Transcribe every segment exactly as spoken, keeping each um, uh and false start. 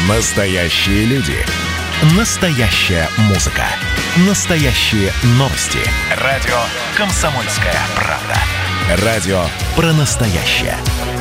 Настоящие люди. Настоящая музыка. Настоящие новости. Радио «Комсомольская правда». Радио про настоящее.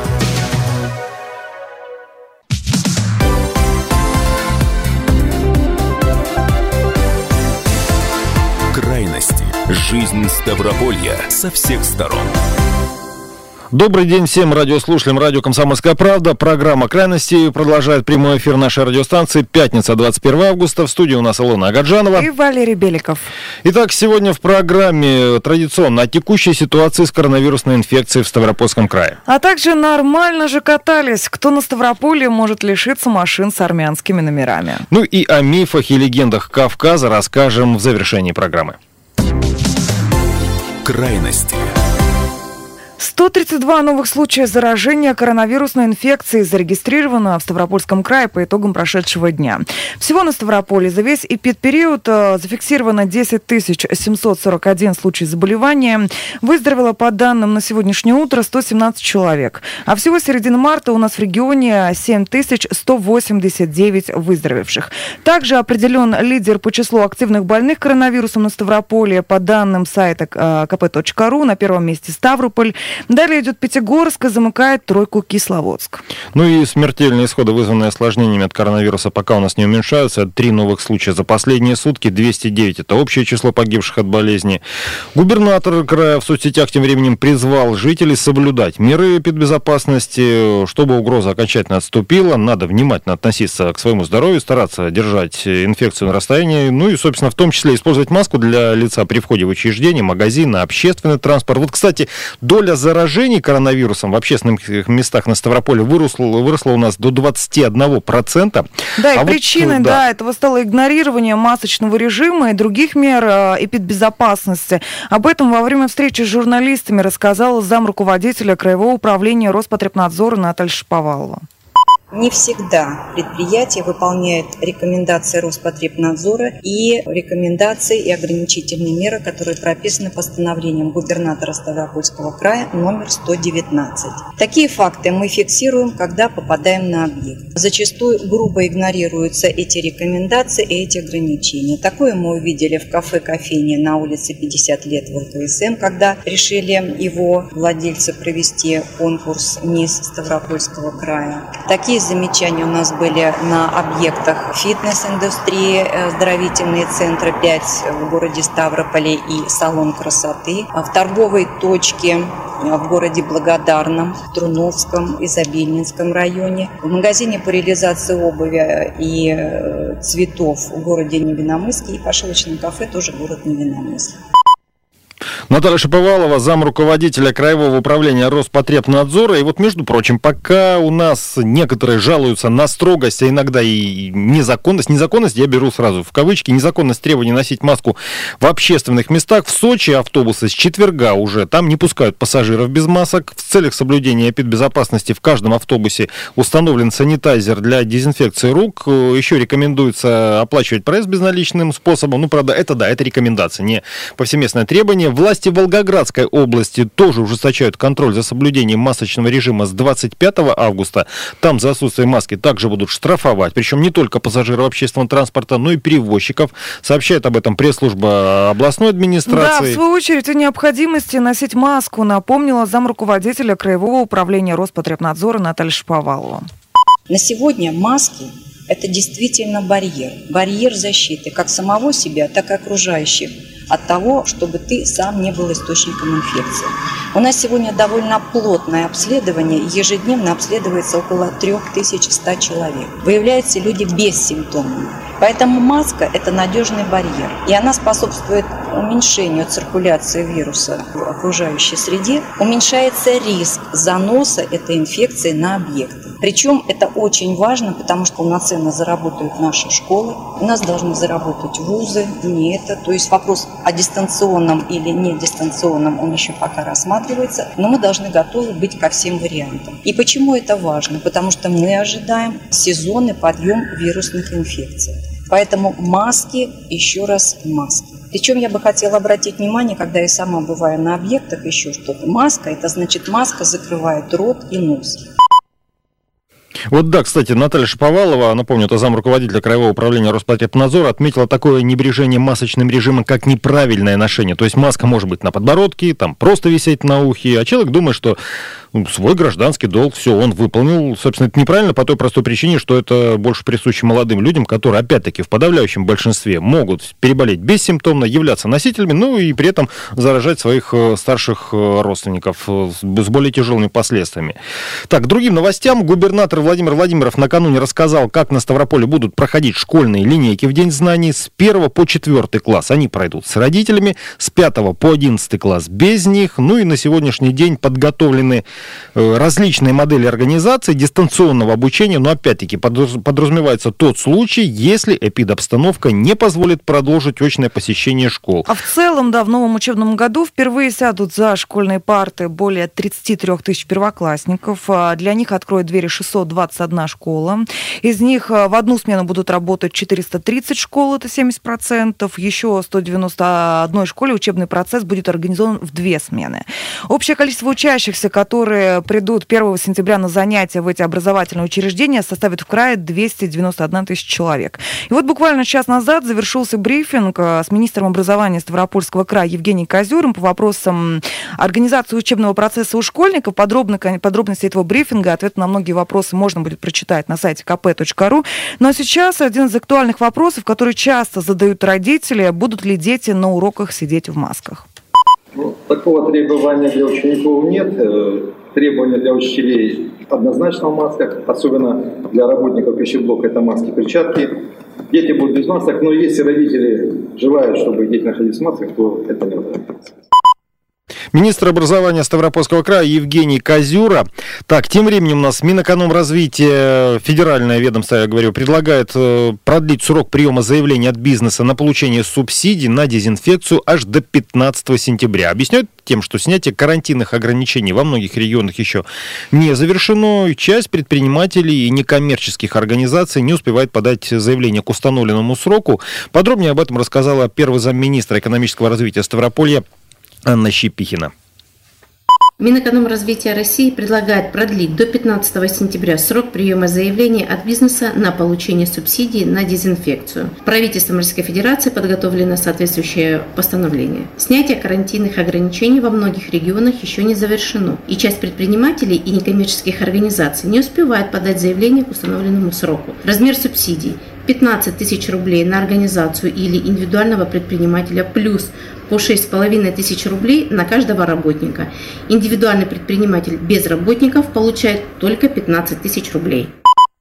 Крайности. Жизнь Ставрополья со всех сторон. Добрый день всем радиослушателям радио «Комсомольская правда». Программа «Крайности» продолжает прямой эфир нашей радиостанции. Пятница, двадцать первое августа. В студии у нас Илона Агаджанова и Валерий Беликов. Итак, сегодня в программе традиционно о текущей ситуации с коронавирусной инфекцией в Ставропольском крае. А также нормально же катались. Кто на Ставрополье может лишиться машин с армянскими номерами. Ну и о мифах и легендах Кавказа расскажем в завершении программы. Крайности. сто тридцать два новых случая заражения коронавирусной инфекцией зарегистрировано в Ставропольском крае по итогам прошедшего дня. Всего на Ставрополе за весь эпидпериод зафиксировано десять тысяч семьсот сорок один случай заболевания. Выздоровело по данным на сегодняшнее утро сто семнадцать человек. А всего с середины марта у нас в регионе семь тысяч сто восемьдесят девять выздоровевших. Также определен лидер по числу активных больных коронавирусом на Ставрополе. По данным сайта ка пэ точка ру на первом месте Ставрополь. Далее идет Пятигорск, замыкает тройку Кисловодск. Ну и смертельные исходы, вызванные осложнениями от коронавируса, пока у нас не уменьшаются. Три новых случая за последние сутки, двести девять. Это общее число погибших от болезни. Губернатор края в соцсетях тем временем призвал жителей соблюдать меры эпидбезопасности. Чтобы угроза окончательно отступила, надо внимательно относиться к своему здоровью, стараться держать инфекцию на расстоянии. Ну и, собственно, в том числе использовать маску для лица при входе в учреждение, магазин, общественный транспорт. Вот, кстати, доля заражений коронавирусом в общественных местах на Ставрополе выросла, выросла у нас до двадцать один процент. Да, и а причиной вот, да. да, этого стало игнорирование масочного режима и других мер эпидбезопасности. Об этом во время встречи с журналистами рассказала замруководителя Краевого управления Роспотребнадзора Наталья Шаповалова. Не всегда предприятие выполняет рекомендации Роспотребнадзора и рекомендации и ограничительные меры, которые прописаны постановлением губернатора Ставропольского края номер сто девятнадцать. Такие факты мы фиксируем, когда попадаем на объект. Зачастую грубо игнорируются эти рекомендации и эти ограничения. Такое мы увидели в кафе-кофейне на улице пятьдесят лет в эл ка эс эм, когда решили его владельцы провести конкурс «Мисс Ставропольского края». Такие замечания у нас были на объектах фитнес-индустрии, оздоровительные центры пять в городе Ставрополе и салон красоты, в торговой точке в городе Благодарном, Труновском, Изобильнинском районе, в магазине по реализации обуви и цветов в городе Невинномысске и пошивочном кафе тоже город Невинномысск. Наталья Шаповалова, замруководителя Краевого управления Роспотребнадзора. И вот, между прочим, пока у нас некоторые жалуются на строгость, а иногда и незаконность, незаконность я беру сразу в кавычки, незаконность требования носить маску в общественных местах, в Сочи автобусы с четверга уже там не пускают пассажиров без масок. В целях соблюдения эпидбезопасности в каждом автобусе установлен санитайзер для дезинфекции рук. Еще рекомендуется оплачивать проезд безналичным способом. Ну, правда, это да, это рекомендация, не повсеместное требование. Власти Волгоградской области тоже ужесточают контроль за соблюдением масочного режима с двадцать пятого августа. Там за отсутствие маски также будут штрафовать. Причем не только пассажиров общественного транспорта, но и перевозчиков. Сообщает об этом пресс-служба областной администрации. Да, в свою очередь о необходимости носить маску напомнила замруководителя Краевого управления Роспотребнадзора Наталья Шаповалова. На сегодня маски – это действительно барьер. Барьер защиты как самого себя, так и окружающих от того, чтобы ты сам не был источником инфекции. У нас сегодня довольно плотное обследование. Ежедневно обследуется около три тысячи сто человек. Выявляются люди без симптомов. Поэтому маска – это надежный барьер. И она способствует уменьшению циркуляции вируса в окружающей среде. Уменьшается риск заноса этой инфекции на объекты. Причем это очень важно, потому что полноценно заработают наши школы. У нас должны заработать вузы. Не это. То есть вопрос о дистанционном или не дистанционном, он еще пока рассматривается. Но мы должны готовы быть ко всем вариантам. И почему это важно? Потому что мы ожидаем сезонный подъем вирусных инфекций. Поэтому маски, еще раз маски. Причем я бы хотела обратить внимание, когда я сама бываю на объектах, еще что-то. Маска, это значит маска закрывает рот и нос. Вот да, кстати, Наталья Шаповалова, напомню, это замруководителя Краевого управления Роспотребнадзора, отметила такое небрежение масочным режимом, как неправильное ношение. То есть маска может быть на подбородке, там просто висеть на ухе, а человек думает, что ну, свой гражданский долг, все, он выполнил. Собственно, это неправильно по той простой причине, что это больше присуще молодым людям, которые, опять-таки, в подавляющем большинстве могут переболеть бессимптомно, являться носителями, ну и при этом заражать своих старших родственников с более тяжелыми последствиями. Так, к другим новостям. Губернатор Владимир Владимиров накануне рассказал, как на Ставрополе будут проходить школьные линейки в День знаний. С первого по четвертый класс они пройдут с родителями, с пятого по одиннадцатый класс без них. Ну и на сегодняшний день подготовлены различные модели организации дистанционного обучения, но опять-таки подразумевается тот случай, если эпидобстановка не позволит продолжить очное посещение школ. А в целом, да, в новом учебном году впервые сядут за школьные парты более тридцать три тысячи первоклассников. Для них откроют двери шестьсот двадцать одна школа. Из них в одну смену будут работать четыреста тридцать школ, это семьдесят процентов. Еще сто девяносто одной школе учебный процесс будет организован в две смены. Общее количество учащихся, которые придут первого сентября на занятия в эти образовательные учреждения, составит в крае двести девяносто одна тысяча человек. И вот буквально час назад завершился брифинг с министром образования Ставропольского края Евгением Козюром по вопросам организации учебного процесса у школьников. Подробно, подробности этого брифинга, ответы на многие вопросы можно будет прочитать на сайте ка пэ точка ру. Ну а сейчас один из актуальных вопросов, который часто задают родители: будут ли дети на уроках сидеть в масках? Ну, такого требования для учеников нет. Требования для учителей однозначно в масках, особенно для работников пищеблока это маски, перчатки. Дети будут без масок, но если родители желают, чтобы дети находились в масках, то это не возражается. Министр образования Ставропольского края Евгений Козюра. Так, тем временем у нас Минэкономразвития, федеральное ведомство, я говорю, предлагает продлить срок приема заявления от бизнеса на получение субсидий на дезинфекцию аж до пятнадцатого сентября. Объясняют тем, что снятие карантинных ограничений во многих регионах еще не завершено. Часть предпринимателей и некоммерческих организаций не успевает подать заявление к установленному сроку. Подробнее об этом рассказала первый замминистра экономического развития Ставрополья Анна Щепихина. Минэкономразвития России предлагает продлить до пятнадцатого сентября срок приема заявлений от бизнеса на получение субсидий на дезинфекцию. Правительством Российской Федерации подготовлено соответствующее постановление. Снятие карантинных ограничений во многих регионах еще не завершено, и часть предпринимателей и некоммерческих организаций не успевает подать заявление к установленному сроку. Размер субсидий – пятнадцать тысяч рублей на организацию или индивидуального предпринимателя плюс по шесть с половиной тысяч рублей на каждого работника. Индивидуальный предприниматель без работников получает только пятнадцать тысяч рублей.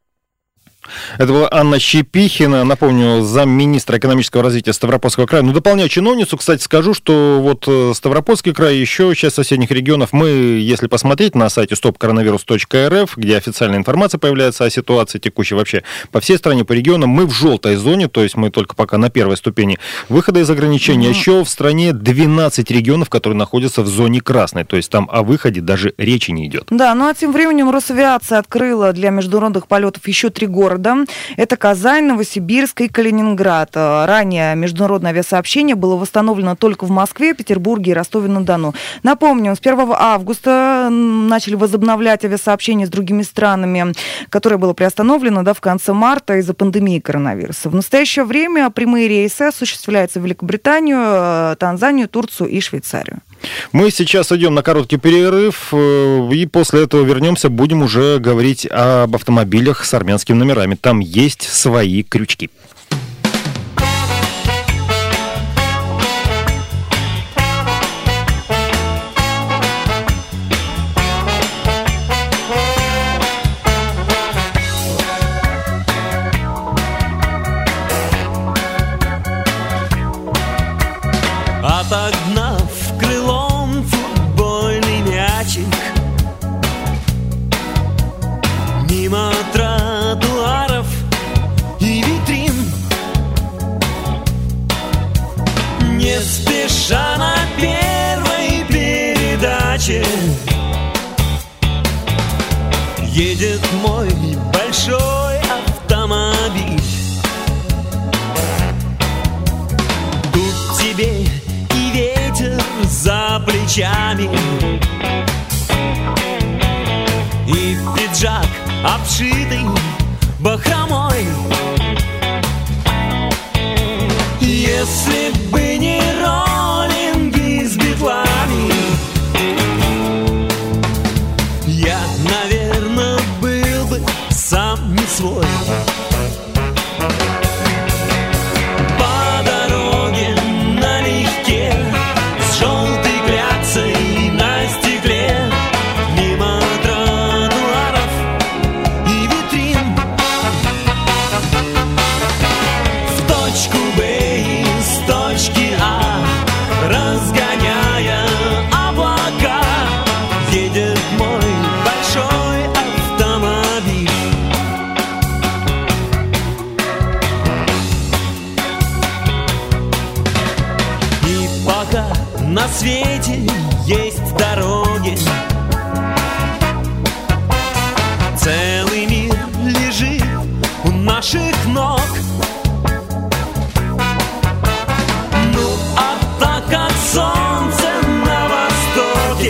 Это была Анна Щепихина, напомню, замминистра экономического развития Ставропольского края. Ну, дополняю чиновницу, кстати, скажу, что вот Ставропольский край, еще часть соседних регионов, мы, если посмотреть на сайте стоп коронавирус точка эр эф, где официальная информация появляется о ситуации текущей вообще по всей стране, по регионам, мы в желтой зоне, то есть мы только пока на первой ступени выхода из ограничений. Mm-hmm. Еще в стране двенадцать регионов, которые находятся в зоне красной, то есть там о выходе даже речи не идет. Да, ну а тем временем Росавиация открыла для международных полетов еще три города. Это Казань, Новосибирск и Калининград. Ранее международное авиасообщение было восстановлено только в Москве, Петербурге и Ростове-на-Дону. Напомню, с первого августа начали возобновлять авиасообщение с другими странами, которое было приостановлено, да, в конце марта из-за пандемии коронавируса. В настоящее время прямые рейсы осуществляются в Великобританию, Танзанию, Турцию и Швейцарию. Мы сейчас идем на короткий перерыв, и после этого вернемся, будем уже говорить об автомобилях с армянскими номерами. Там есть свои крючки. Отогнав крылом футбольный мячик мимо тротуаров и витрин, не спеша на первой передаче едет мой большой автомобиль. Тут тебе и ветер за плечами, и пиджак об обшитый бахромой. Если бы не роллинги с битлами, я, наверное, был бы сам не свой. По дороге налегке, с желтой кляксой на стекле, мимо тротуаров и витрин, в точку Б из точки А, разгоняя облака, едет мой большой автомобиль. И пока на свете есть дороги, целый мир лежит у наших ног. Ну, а так как солнце на востоке,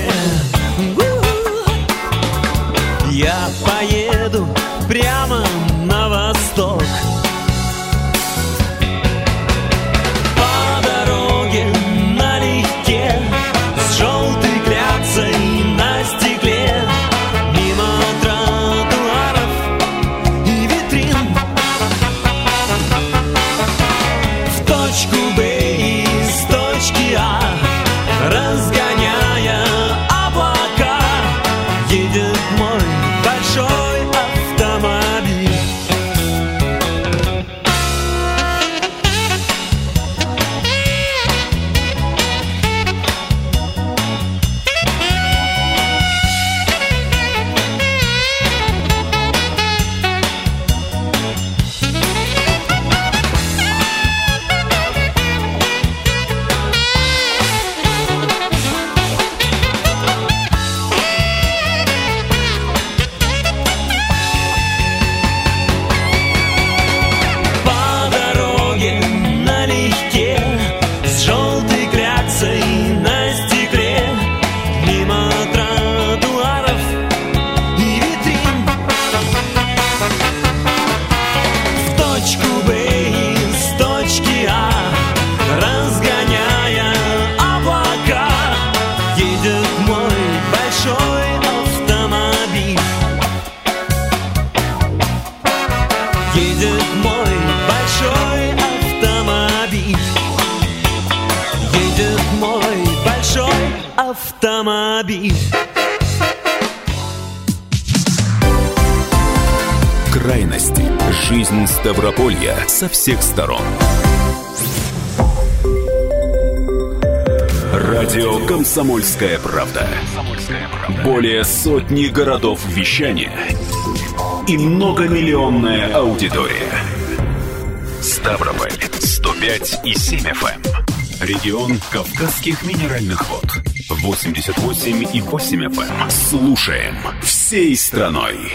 я поеду прямо на восток. По дороге налегке, с желтой кляксой на стекле, мимо тротуаров и витрин, в точку Б из точки А, разгоняя облака, едет мой большой автомобиль. По дороге налегке, с желтой кляксой на стекле, мимо тротуаров и витрин, в точку Б из точки А, разгоняя облака, едет мой большой автомобиль. Едет мой большой автомобиль. Едет мой большой автомобиль. Крайности. Жизнь Ставрополья со всех сторон. Радио «Комсомольская правда». Более сотни городов вещания и многомиллионная аудитория. Ставрополь сто пять и семь эф эм. Регион Кавказских минеральных вод восемьдесят восемь и восемь эф эм. Слушаем всей страной.